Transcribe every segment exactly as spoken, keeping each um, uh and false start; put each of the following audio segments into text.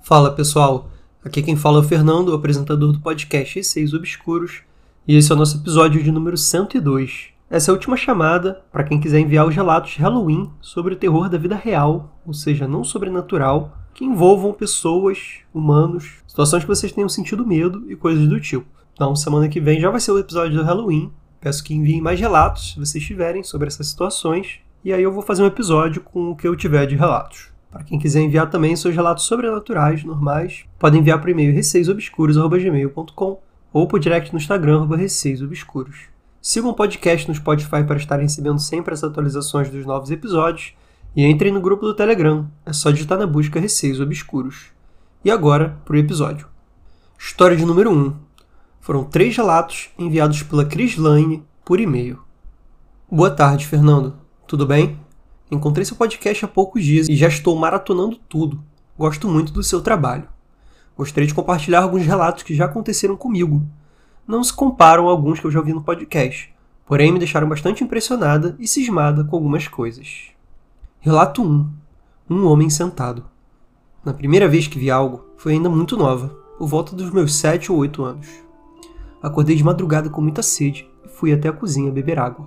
Fala pessoal, aqui quem fala é o Fernando, o apresentador do podcast Receios Obscuros, e esse é o nosso episódio de número cento e dois. Essa é a última chamada para quem quiser enviar os relatos de Halloween sobre o terror da vida real, ou seja, não sobrenatural, que envolvam pessoas, humanos, situações que vocês tenham sentido medo e coisas do tipo. Então, semana que vem já vai ser o episódio do Halloween. Peço que enviem mais relatos, se vocês tiverem, sobre essas situações, e aí eu vou fazer um episódio com o que eu tiver de relatos. Para quem quiser enviar também seus relatos sobrenaturais, normais, podem enviar por e-mail receiosobscuros arroba gmail ponto com ou por direct no Instagram, arroba receiosobscuros. Sigam o podcast no Spotify para estarem recebendo sempre as atualizações dos novos episódios e entrem no grupo do Telegram, é só digitar na busca Receios Obscuros. E agora, para o episódio. História de número um. Foram três relatos enviados pela Crislane por e-mail. Boa tarde, Fernando. Tudo bem? Encontrei seu podcast há poucos dias e já estou maratonando tudo. Gosto muito do seu trabalho. Gostaria de compartilhar alguns relatos que já aconteceram comigo. Não se comparam a alguns que eu já ouvi no podcast, porém me deixaram bastante impressionada e cismada com algumas coisas. Relato um. Um homem sentado. Na primeira vez que vi algo, foi ainda muito nova, por volta dos meus sete ou oito anos. Acordei de madrugada com muita sede e fui até a cozinha beber água.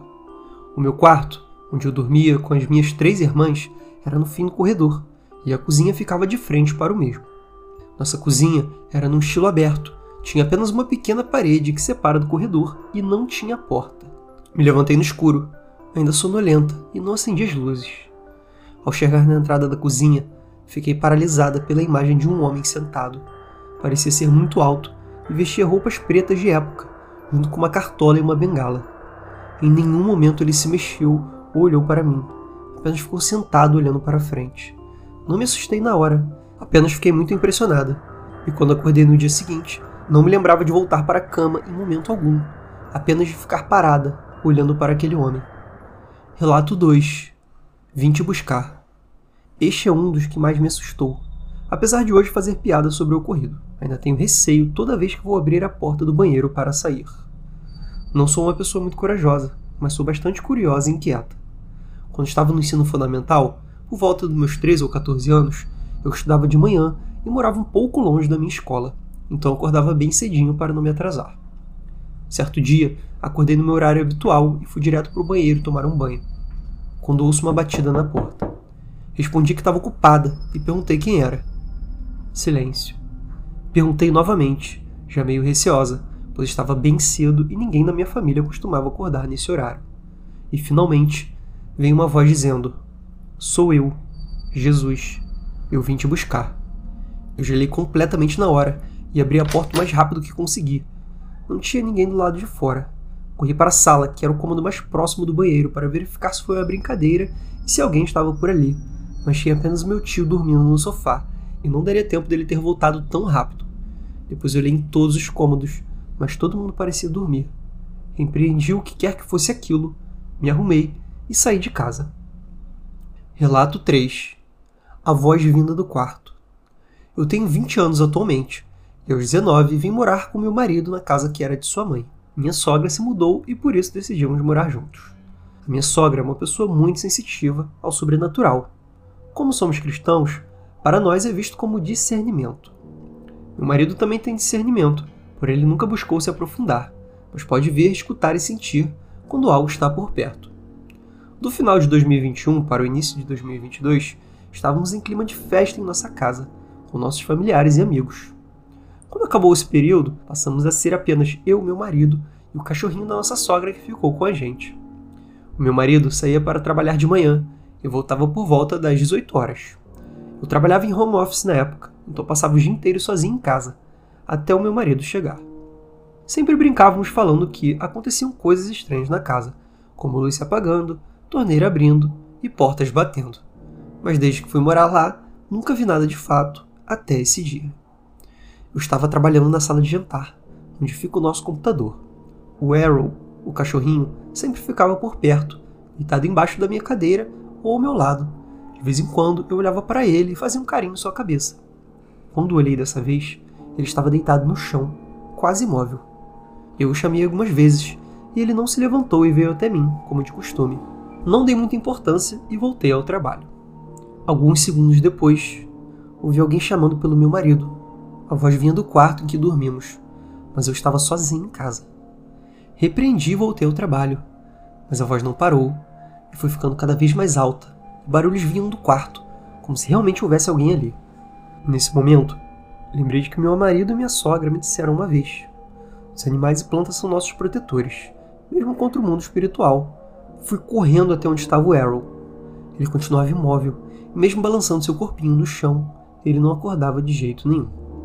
O meu quarto, onde eu dormia com as minhas três irmãs, era no fim do corredor, e a cozinha ficava de frente para o mesmo. Nossa cozinha era num estilo aberto, tinha apenas uma pequena parede que separa do corredor e não tinha porta. Me levantei no escuro, ainda sonolenta, e não acendi as luzes. Ao chegar na entrada da cozinha, fiquei paralisada pela imagem de um homem sentado. Parecia ser muito alto e vestia roupas pretas de época, junto com uma cartola e uma bengala. Em nenhum momento ele se mexeu ou olhou para mim, apenas ficou sentado olhando para frente. Não me assustei na hora, apenas fiquei muito impressionada, e quando acordei no dia seguinte, não me lembrava de voltar para a cama em momento algum, apenas de ficar parada, olhando para aquele homem. Relato dois. Vim te buscar. Este é um dos que mais me assustou, apesar de hoje fazer piada sobre o ocorrido. Ainda tenho receio toda vez que vou abrir a porta do banheiro para sair. Não sou uma pessoa muito corajosa, mas sou bastante curiosa e inquieta. Quando estava no ensino fundamental, por volta dos meus treze ou quatorze anos, eu estudava de manhã e morava um pouco longe da minha escola, então acordava bem cedinho para não me atrasar. Certo dia, acordei no meu horário habitual e fui direto para o banheiro tomar um banho, quando ouço uma batida na porta. Respondi que estava ocupada e perguntei quem era. Silêncio. Perguntei novamente, já meio receosa, pois estava bem cedo e ninguém da minha família costumava acordar nesse horário. E finalmente, veio uma voz dizendo: "Sou eu, Jesus, eu vim te buscar." Eu gelei completamente na hora e abri a porta o mais rápido que consegui. Não tinha ninguém do lado de fora. Corri para a sala, que era o cômodo mais próximo do banheiro, para verificar se foi uma brincadeira e se alguém estava por ali, mas tinha apenas meu tio dormindo no sofá, e não daria tempo dele ter voltado tão rápido. Depois olhei em todos os cômodos, mas todo mundo parecia dormir. Empreendi o que quer que fosse aquilo, me arrumei e saí de casa. Relato três. A voz vinda do quarto. Eu tenho vinte anos atualmente, e aos dezenove vim morar com meu marido na casa que era de sua mãe. Minha sogra se mudou e por isso decidimos morar juntos. A minha sogra é uma pessoa muito sensitiva ao sobrenatural. Como somos cristãos, para nós é visto como discernimento. Meu marido também tem discernimento, porém ele nunca buscou se aprofundar, mas pode ver, escutar e sentir quando algo está por perto. Do final de dois mil e vinte e um para o início de dois mil e vinte e dois, estávamos em clima de festa em nossa casa, com nossos familiares e amigos. Quando acabou esse período, passamos a ser apenas eu, meu marido e o cachorrinho da nossa sogra que ficou com a gente. O meu marido saía para trabalhar de manhã e voltava por volta das dezoito horas. Eu trabalhava em home office na época, então passava o dia inteiro sozinho em casa, até o meu marido chegar. Sempre brincávamos falando que aconteciam coisas estranhas na casa, como luz se apagando, torneira abrindo e portas batendo. Mas desde que fui morar lá, nunca vi nada de fato, até esse dia. Eu estava trabalhando na sala de jantar, onde fica o nosso computador. O Arrow, o cachorrinho, sempre ficava por perto, deitado embaixo da minha cadeira ou ao meu lado. De vez em quando eu olhava para ele e fazia um carinho em sua cabeça. Quando olhei dessa vez, ele estava deitado no chão, quase imóvel. Eu o chamei algumas vezes e ele não se levantou e veio até mim, como de costume. Não dei muita importância e voltei ao trabalho. Alguns segundos depois, ouvi alguém chamando pelo meu marido. A voz vinha do quarto em que dormimos, mas eu estava sozinho em casa. Repreendi e voltei ao trabalho, mas a voz não parou e foi ficando cada vez mais alta, e barulhos vinham do quarto, como se realmente houvesse alguém ali. Nesse momento, lembrei de que meu marido e minha sogra me disseram uma vez: os animais e plantas são nossos protetores, mesmo contra o mundo espiritual. Fui correndo até onde estava o Errol. Ele continuava imóvel, e mesmo balançando seu corpinho no chão, ele não acordava de jeito nenhum.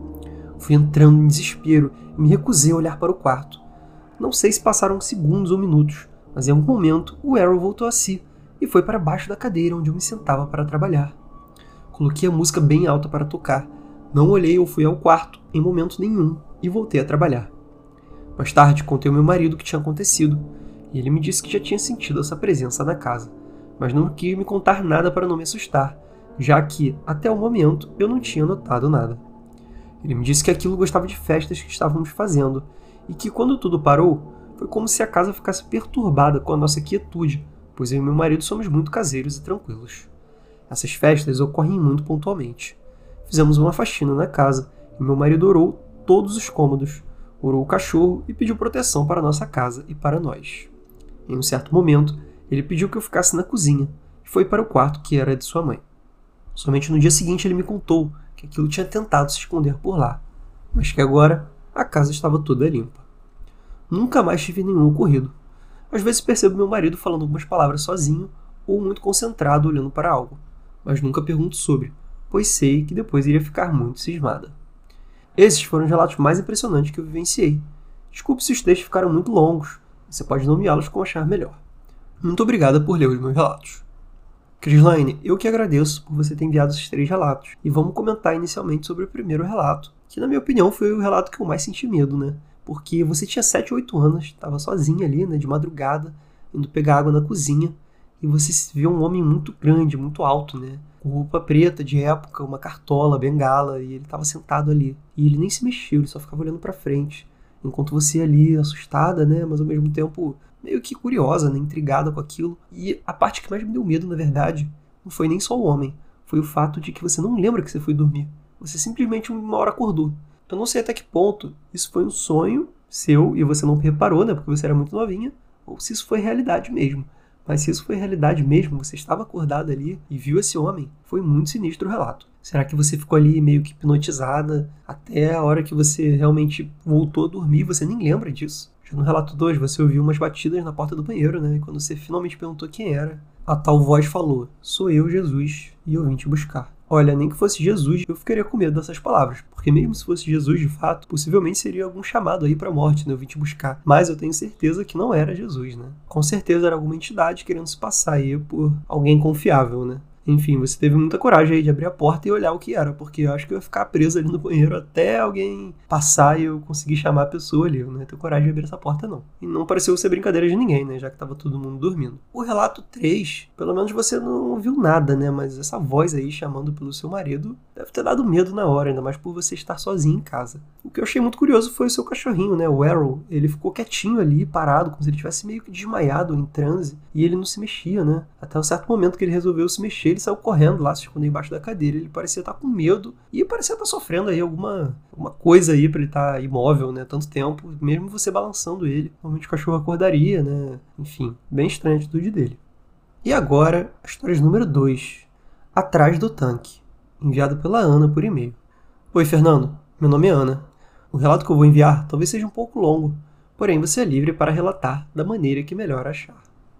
Fui entrando em desespero e me recusei a olhar para o quarto. Não sei se passaram segundos ou minutos, mas em algum momento o Errol voltou a si e foi para baixo da cadeira onde eu me sentava para trabalhar. Coloquei a música bem alta para tocar, não olhei ou fui ao quarto em momento nenhum e voltei a trabalhar. Mais tarde contei ao meu marido o que tinha acontecido, e ele me disse que já tinha sentido essa presença na casa, mas não quis me contar nada para não me assustar, já que, até o momento, eu não tinha notado nada. Ele me disse que aquilo gostava de festas que estávamos fazendo, e que quando tudo parou, foi como se a casa ficasse perturbada com a nossa quietude, pois eu e meu marido somos muito caseiros e tranquilos. Essas festas ocorrem muito pontualmente. Fizemos uma faxina na casa, e meu marido orou todos os cômodos, orou o cachorro e pediu proteção para a nossa casa e para nós. Em um certo momento, ele pediu que eu ficasse na cozinha e foi para o quarto que era de sua mãe. Somente no dia seguinte ele me contou que aquilo tinha tentado se esconder por lá, mas que agora a casa estava toda limpa. Nunca mais tive nenhum ocorrido. Às vezes percebo meu marido falando algumas palavras sozinho ou muito concentrado olhando para algo, mas nunca pergunto sobre, pois sei que depois iria ficar muito cismada. Esses foram os relatos mais impressionantes que eu vivenciei. Desculpe se os textos ficaram muito longos, você pode nomeá-los como achar melhor. Muito obrigada por ler os meus relatos. Crislaine, eu que agradeço por você ter enviado esses três relatos. E vamos comentar inicialmente sobre o primeiro relato, que na minha opinião foi o relato que eu mais senti medo, né? Porque você tinha sete ou oito anos, estava sozinha ali, né, de madrugada, indo pegar água na cozinha, e você viu um homem muito grande, muito alto, né? Com roupa preta de época, uma cartola, bengala, e ele estava sentado ali. E ele nem se mexeu, ele só ficava olhando para frente. Enquanto você ali, assustada, né, mas ao mesmo tempo meio que curiosa, né, intrigada com aquilo. E a parte que mais me deu medo, na verdade, não foi nem só o homem, foi o fato de que você não lembra que você foi dormir. Você simplesmente uma hora acordou. Eu não sei até que ponto isso foi um sonho seu e você não reparou, né, porque você era muito novinha, ou se isso foi realidade mesmo. Mas se isso foi realidade mesmo, você estava acordada ali e viu esse homem, foi muito sinistro o relato. Será que você ficou ali meio que hipnotizada até a hora que você realmente voltou a dormir e você nem lembra disso? Já no relato dois, você ouviu umas batidas na porta do banheiro, né? E quando você finalmente perguntou quem era, a tal voz falou: sou eu, Jesus, e eu vim te buscar. Olha, nem que fosse Jesus, eu ficaria com medo dessas palavras, porque mesmo se fosse Jesus de fato, possivelmente seria algum chamado aí pra morte, né? Eu vim te buscar. Mas eu tenho certeza que não era Jesus, né? Com certeza era alguma entidade querendo se passar aí por alguém confiável, né? Enfim, você teve muita coragem aí de abrir a porta e olhar o que era, porque eu acho que eu ia ficar preso ali no banheiro até alguém passar e eu conseguir chamar a pessoa ali. Eu não ia ter coragem de abrir essa porta, não. E não pareceu ser brincadeira de ninguém, né? Já que tava todo mundo dormindo. O relato três, pelo menos você não viu nada, né? Mas essa voz aí chamando pelo seu marido deve ter dado medo na hora, ainda mais por você estar sozinho em casa. O que eu achei muito curioso foi o seu cachorrinho, né? O Errol. Ele ficou quietinho ali, parado, como se ele tivesse meio que desmaiado, em transe. E ele não se mexia, né? Até um certo momento que ele resolveu se mexer, ele saiu correndo lá, se escondeu embaixo da cadeira. Ele parecia estar com medo e parecia estar sofrendo aí alguma, alguma coisa aí pra ele estar imóvel, né? Tanto tempo, mesmo você balançando ele. Normalmente o cachorro acordaria, né? Enfim, bem estranha a atitude dele. E agora, a história número dois. Atrás do tanque. Enviado pela Ana por e-mail. Oi, Fernando. Meu nome é Ana. O relato que eu vou enviar talvez seja um pouco longo, porém você é livre para relatar da maneira que melhor achar.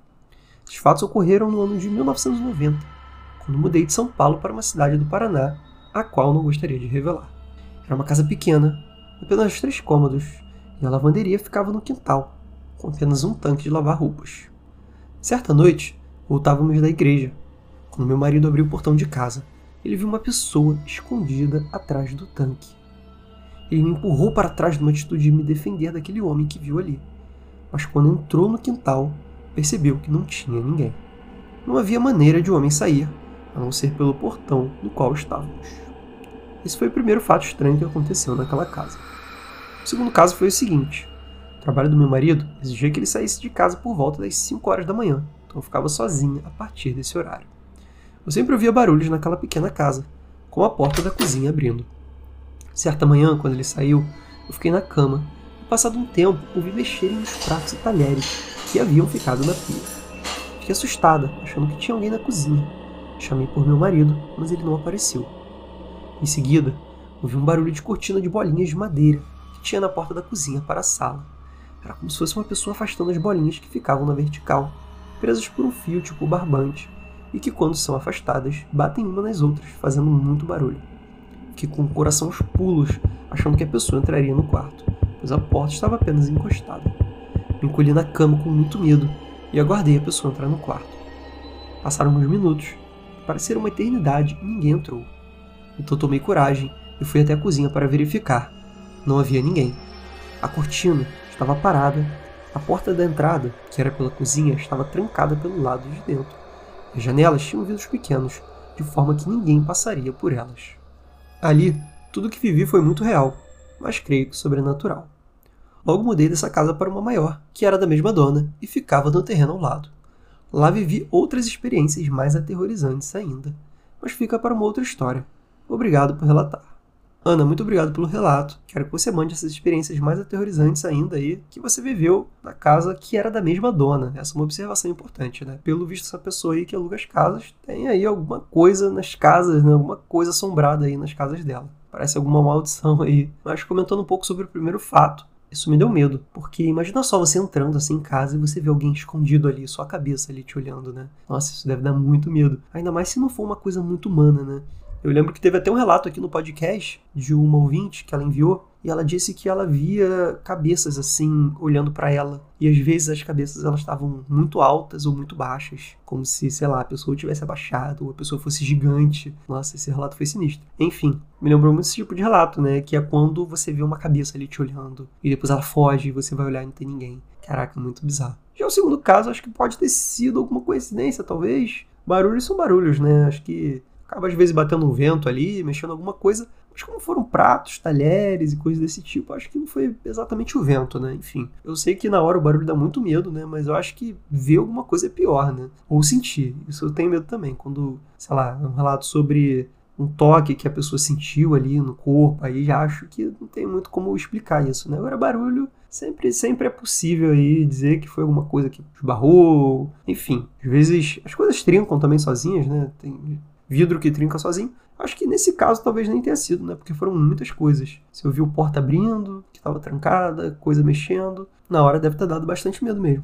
Esses fatos ocorreram no ano de mil novecentos e noventa, quando mudei de São Paulo para uma cidade do Paraná, a qual não gostaria de revelar. Era uma casa pequena, apenas três cômodos, e a lavanderia ficava no quintal, com apenas um tanque de lavar roupas. Certa noite, voltávamos da igreja. Quando meu marido abriu o portão de casa, ele viu uma pessoa escondida atrás do tanque. Ele me empurrou para trás numa atitude de me defender daquele homem que viu ali. Mas quando entrou no quintal, percebeu que não tinha ninguém. Não havia maneira de o homem sair, a não ser pelo portão no qual estávamos. Esse foi o primeiro fato estranho que aconteceu naquela casa. O segundo caso foi o seguinte. O trabalho do meu marido exigia que ele saísse de casa por volta das cinco horas da manhã, então eu ficava sozinha a partir desse horário. Eu sempre ouvia barulhos naquela pequena casa, com a porta da cozinha abrindo. Certa manhã, quando ele saiu, eu fiquei na cama e, passado um tempo, ouvi mexerem nos pratos e talheres que haviam ficado na pia. Fiquei assustada, achando que tinha alguém na cozinha. Chamei por meu marido, mas ele não apareceu. Em seguida, ouvi um barulho de cortina de bolinhas de madeira que tinha na porta da cozinha para a sala. Era como se fosse uma pessoa afastando as bolinhas que ficavam na vertical, presas por um fio tipo barbante, e que, quando são afastadas, batem uma nas outras, fazendo muito barulho. Fiquei com o coração aos pulos, achando que a pessoa entraria no quarto, pois a porta estava apenas encostada. Me encolhi na cama com muito medo e aguardei a pessoa entrar no quarto. Passaram alguns minutos, que pareceram uma eternidade, e ninguém entrou. Então tomei coragem e fui até a cozinha para verificar. Não havia ninguém. A cortina estava parada, a porta da entrada, que era pela cozinha, estava trancada pelo lado de dentro. As janelas tinham vidros pequenos, de forma que ninguém passaria por elas. Ali, tudo o que vivi foi muito real, mas creio que sobrenatural. Logo mudei dessa casa para uma maior, que era da mesma dona, e ficava no terreno ao lado. Lá vivi outras experiências mais aterrorizantes ainda, mas fica para uma outra história. Obrigado por relatar. Ana, muito obrigado pelo relato. Quero que você mande essas experiências mais aterrorizantes ainda aí, que você viveu na casa que era da mesma dona. Essa é uma observação importante, né? Pelo visto, essa pessoa aí que aluga as casas tem aí alguma coisa nas casas, né? Alguma coisa assombrada aí nas casas dela. Parece alguma maldição aí. Mas comentando um pouco sobre o primeiro fato, isso me deu medo, porque imagina só você entrando assim em casa e você vê alguém escondido ali, só a cabeça ali te olhando, né? Nossa, isso deve dar muito medo. Ainda mais se não for uma coisa muito humana, né? Eu lembro que teve até um relato aqui no podcast de uma ouvinte que ela enviou, e ela disse que ela via cabeças assim, olhando pra ela. E às vezes as cabeças elas estavam muito altas ou muito baixas, como se, sei lá, a pessoa tivesse abaixado ou a pessoa fosse gigante. Nossa, esse relato foi sinistro. Enfim, me lembrou muito esse tipo de relato, né? Que é quando você vê uma cabeça ali te olhando, e depois ela foge e você vai olhar e não tem ninguém. Caraca, muito bizarro. Já o segundo caso, acho que pode ter sido alguma coincidência, talvez. Barulhos são barulhos, né? Acho que acaba às vezes batendo um vento ali, mexendo alguma coisa, mas como foram pratos, talheres e coisas desse tipo, acho que não foi exatamente o vento, né? Enfim, eu sei que na hora o barulho dá muito medo, né? Mas eu acho que ver alguma coisa é pior, né? Ou sentir, isso eu tenho medo também, quando, sei lá, um relato sobre um toque que a pessoa sentiu ali no corpo, aí já acho que não tem muito como explicar isso, né? Agora barulho, sempre, sempre é possível aí dizer que foi alguma coisa que esbarrou, enfim, às vezes as coisas trincam também sozinhas, né? Tem vidro que trinca sozinho. Acho que nesse caso talvez nem tenha sido, né? Porque foram muitas coisas. Você ouviu porta abrindo, que estava trancada, coisa mexendo. Na hora deve ter dado bastante medo mesmo.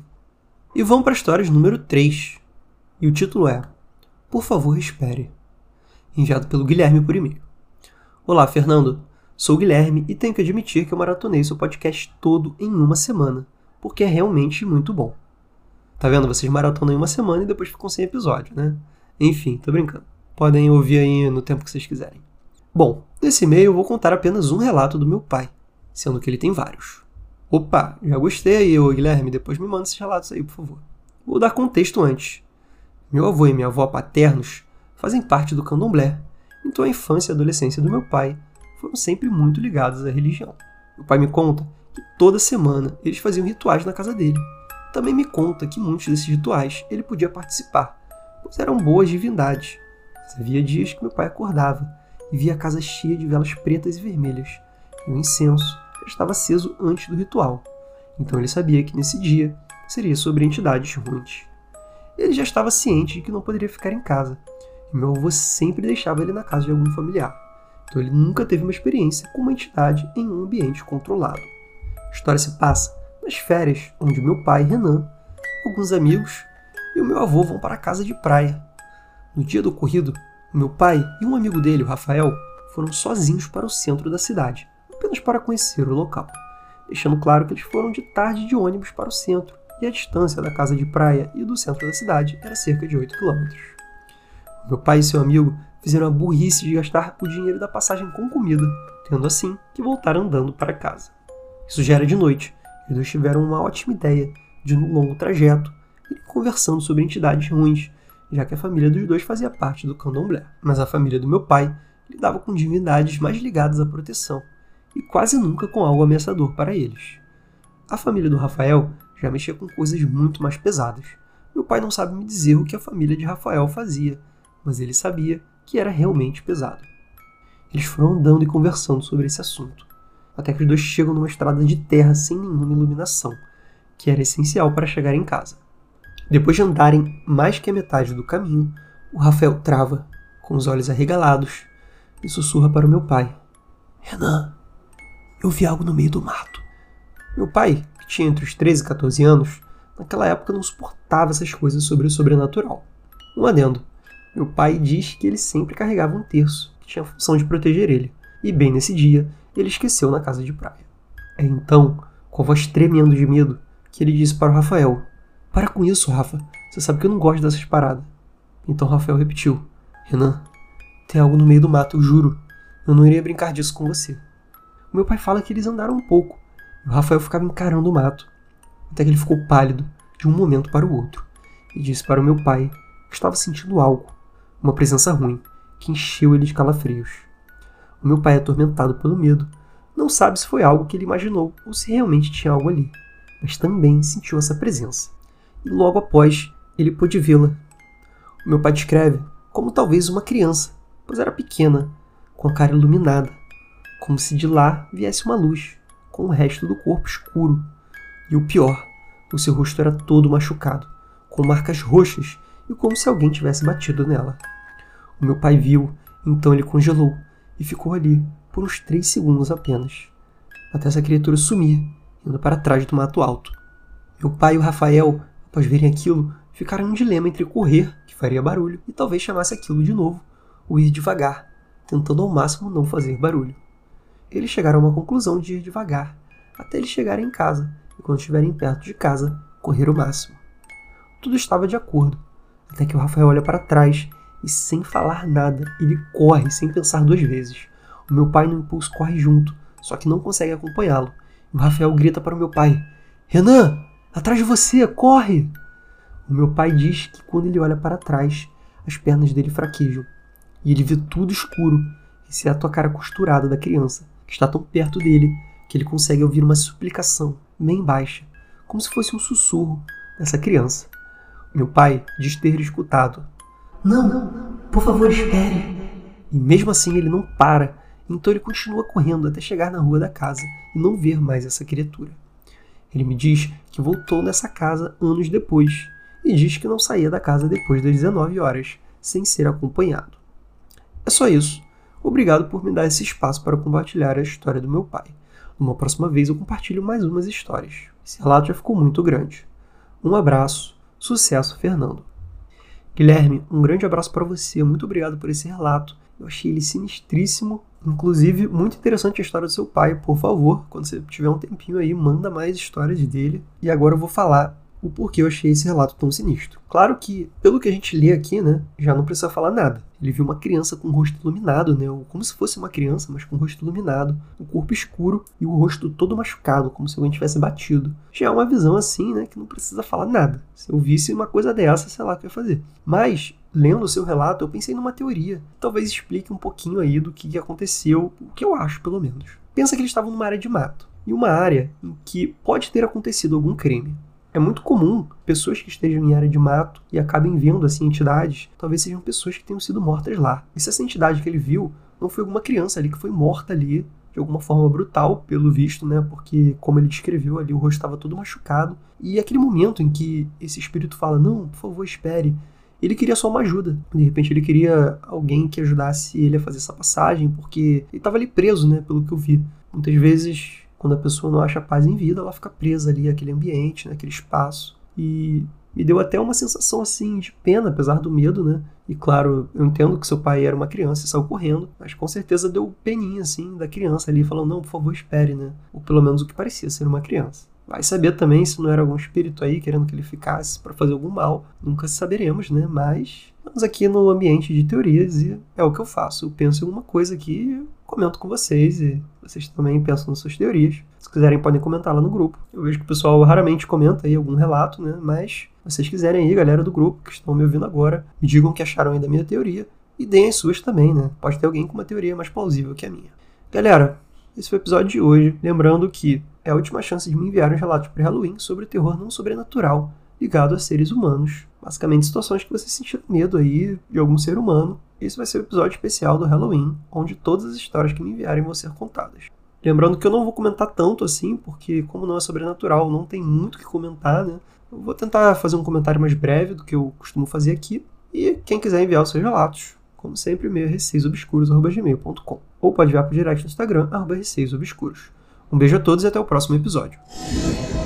E vamos para a história número três. E o título é Por favor, espere. Enviado pelo Guilherme por e-mail. Olá, Fernando. Sou o Guilherme e tenho que admitir que eu maratonei seu podcast todo em uma semana, porque é realmente muito bom. Tá vendo? Vocês maratonam em uma semana e depois ficam sem episódio, né? Enfim, tô brincando. Podem ouvir aí no tempo que vocês quiserem. Bom, nesse e-mail eu vou contar apenas um relato do meu pai, sendo que ele tem vários. Opa, já gostei aí, ô Guilherme, depois me manda esses relatos aí, por favor. Vou dar contexto antes. Meu avô e minha avó paternos fazem parte do candomblé, então a infância e a adolescência do meu pai foram sempre muito ligados à religião. Meu pai me conta que toda semana eles faziam rituais na casa dele. Também me conta que muitos desses rituais ele podia participar, pois eram boas divindades. Mas havia dias que meu pai acordava e via a casa cheia de velas pretas e vermelhas, e o incenso já estava aceso antes do ritual. Então ele sabia que nesse dia seria sobre entidades ruins. Ele já estava ciente de que não poderia ficar em casa, e meu avô sempre deixava ele na casa de algum familiar. Então ele nunca teve uma experiência com uma entidade em um ambiente controlado. A história se passa nas férias, onde meu pai, Renan, alguns amigos e o meu avô vão para a casa de praia. No dia do ocorrido, meu pai e um amigo dele, o Rafael, foram sozinhos para o centro da cidade, apenas para conhecer o local, deixando claro que eles foram de tarde de ônibus para o centro, e a distância da casa de praia e do centro da cidade era cerca de oito quilômetros. Meu pai e seu amigo fizeram a burrice de gastar o dinheiro da passagem com comida, tendo assim que voltar andando para casa. Isso já era de noite, e os dois tiveram uma ótima ideia de, no longo trajeto, ir conversando sobre entidades ruins, já que a família dos dois fazia parte do candomblé. Mas a família do meu pai lidava com divindades mais ligadas à proteção, e quase nunca com algo ameaçador para eles. A família do Rafael já mexia com coisas muito mais pesadas. Meu pai não sabe me dizer o que a família de Rafael fazia, mas ele sabia que era realmente pesado. Eles foram andando e conversando sobre esse assunto, até que os dois chegam numa estrada de terra sem nenhuma iluminação, que era essencial para chegar em casa. Depois de andarem mais que a metade do caminho, o Rafael trava, com os olhos arregalados, e sussurra para o meu pai: Renan, eu vi algo no meio do mato. Meu pai, que tinha entre os treze e quatorze anos, naquela época não suportava essas coisas sobre o sobrenatural. Um adendo: meu pai diz que ele sempre carregava um terço, que tinha a função de proteger ele, e bem nesse dia, ele esqueceu na casa de praia. É então, com a voz tremendo de medo, que ele disse para o Rafael: Para com isso, Rafa, você sabe que eu não gosto dessas paradas. Então Rafael repetiu: Renan, tem algo no meio do mato, eu juro. Eu não iria brincar disso com você. O meu pai fala que eles andaram um pouco, e o Rafael ficava encarando o mato, até que ele ficou pálido de um momento para o outro, e disse para o meu pai que estava sentindo algo, uma presença ruim, que encheu ele de calafrios. O meu pai, atormentado pelo medo, não sabe se foi algo que ele imaginou ou se realmente tinha algo ali, mas também sentiu essa presença. E logo após, ele pôde vê-la. O meu pai descreve como talvez uma criança, pois era pequena, com a cara iluminada, como se de lá viesse uma luz, com o resto do corpo escuro. E o pior, o seu rosto era todo machucado, com marcas roxas e como se alguém tivesse batido nela. O meu pai viu, então ele congelou e ficou ali por uns três segundos apenas, até essa criatura sumir, indo para trás do mato alto. Meu pai e o Rafael, após verem aquilo, ficaram em um dilema entre correr, que faria barulho, e talvez chamasse aquilo de novo, ou ir devagar, tentando ao máximo não fazer barulho. Eles chegaram a uma conclusão de ir devagar, até eles chegarem em casa, e quando estiverem perto de casa, correr o máximo. Tudo estava de acordo, até que o Rafael olha para trás e, sem falar nada, ele corre sem pensar duas vezes. O meu pai, no impulso, corre junto, só que não consegue acompanhá-lo. O Rafael grita para o meu pai: Renan, atrás de você, corre! O meu pai diz que quando ele olha para trás, as pernas dele fraquejam, e ele vê tudo escuro, exceto a cara costurada da criança, que está tão perto dele que ele consegue ouvir uma suplicação, bem baixa, como se fosse um sussurro dessa criança. Meu pai diz ter escutado: Não, não, por favor, espere. E mesmo assim ele não para, então ele continua correndo até chegar na rua da casa e não ver mais essa criatura. Ele me diz que voltou nessa casa anos depois e diz que não saía da casa depois das dezenove horas, sem ser acompanhado. É só isso. Obrigado por me dar esse espaço para compartilhar a história do meu pai. Numa próxima vez eu compartilho mais umas histórias. Esse relato já ficou muito grande. Um abraço. Sucesso, Fernando. Guilherme, um grande abraço para você. Muito obrigado por esse relato. Eu achei ele sinistríssimo. Inclusive, muito interessante a história do seu pai. Por favor, quando você tiver um tempinho aí, manda mais histórias dele. E agora eu vou falar o porquê eu achei esse relato tão sinistro. Claro que, pelo que a gente lê aqui, né, já não precisa falar nada. Ele viu uma criança com o rosto iluminado, né, ou como se fosse uma criança, mas com o rosto iluminado, o corpo escuro e o rosto todo machucado, como se alguém tivesse batido. Já é uma visão assim, né, que não precisa falar nada. Se eu visse uma coisa dessa, sei lá o que eu ia fazer. Mas, lendo o seu relato, eu pensei numa teoria. Talvez explique um pouquinho aí do que aconteceu, o que eu acho, pelo menos. Pensa que eles estavam numa área de mato, e uma área em que pode ter acontecido algum crime. É muito comum pessoas que estejam em área de mato e acabem vendo assim entidades, talvez sejam pessoas que tenham sido mortas lá. E se essa entidade que ele viu não foi alguma criança ali que foi morta ali de alguma forma brutal, pelo visto, né? Porque, como ele descreveu ali, o rosto estava todo machucado. E aquele momento em que esse espírito fala: não, por favor, espere. Ele queria só uma ajuda. De repente ele queria alguém que ajudasse ele a fazer essa passagem, porque ele estava ali preso, né? Pelo que eu vi. Muitas vezes, quando a pessoa não acha paz em vida, ela fica presa ali àquele ambiente, naquele espaço. E me deu até uma sensação assim de pena, apesar do medo, né? E claro, eu entendo que seu pai era uma criança e saiu correndo, mas com certeza deu peninha assim da criança ali, falando: não, por favor, espere, né? Ou pelo menos o que parecia ser uma criança. Vai saber também se não era algum espírito aí querendo que ele ficasse para fazer algum mal. Nunca saberemos, né? Mas estamos aqui no ambiente de teorias e é o que eu faço. Eu penso em alguma coisa aqui, comento com vocês e vocês também pensam nas suas teorias. Se quiserem, podem comentar lá no grupo. Eu vejo que o pessoal raramente comenta aí algum relato, né? Mas se vocês quiserem aí, galera do grupo que estão me ouvindo agora, me digam o que acharam aí da minha teoria e deem as suas também, né? Pode ter alguém com uma teoria mais plausível que a minha. Galera, esse foi o episódio de hoje. Lembrando que é a última chance de me enviar uns relatos pré-Halloween sobre terror não sobrenatural ligado a seres humanos. Basicamente, situações que vocês sentiram medo aí de algum ser humano. esse vai ser o episódio especial do Halloween, onde todas as histórias que me enviarem vão ser contadas. Lembrando que eu não vou comentar tanto assim, porque como não é sobrenatural, não tem muito o que comentar, né? Eu vou tentar fazer um comentário mais breve do que eu costumo fazer aqui. E quem quiser enviar os seus relatos, como sempre, e-mail é receiosobscuros arroba gmail ponto com. Ou pode enviar por direct no Instagram, arroba receiosobscuros. Um beijo a todos e até o próximo episódio.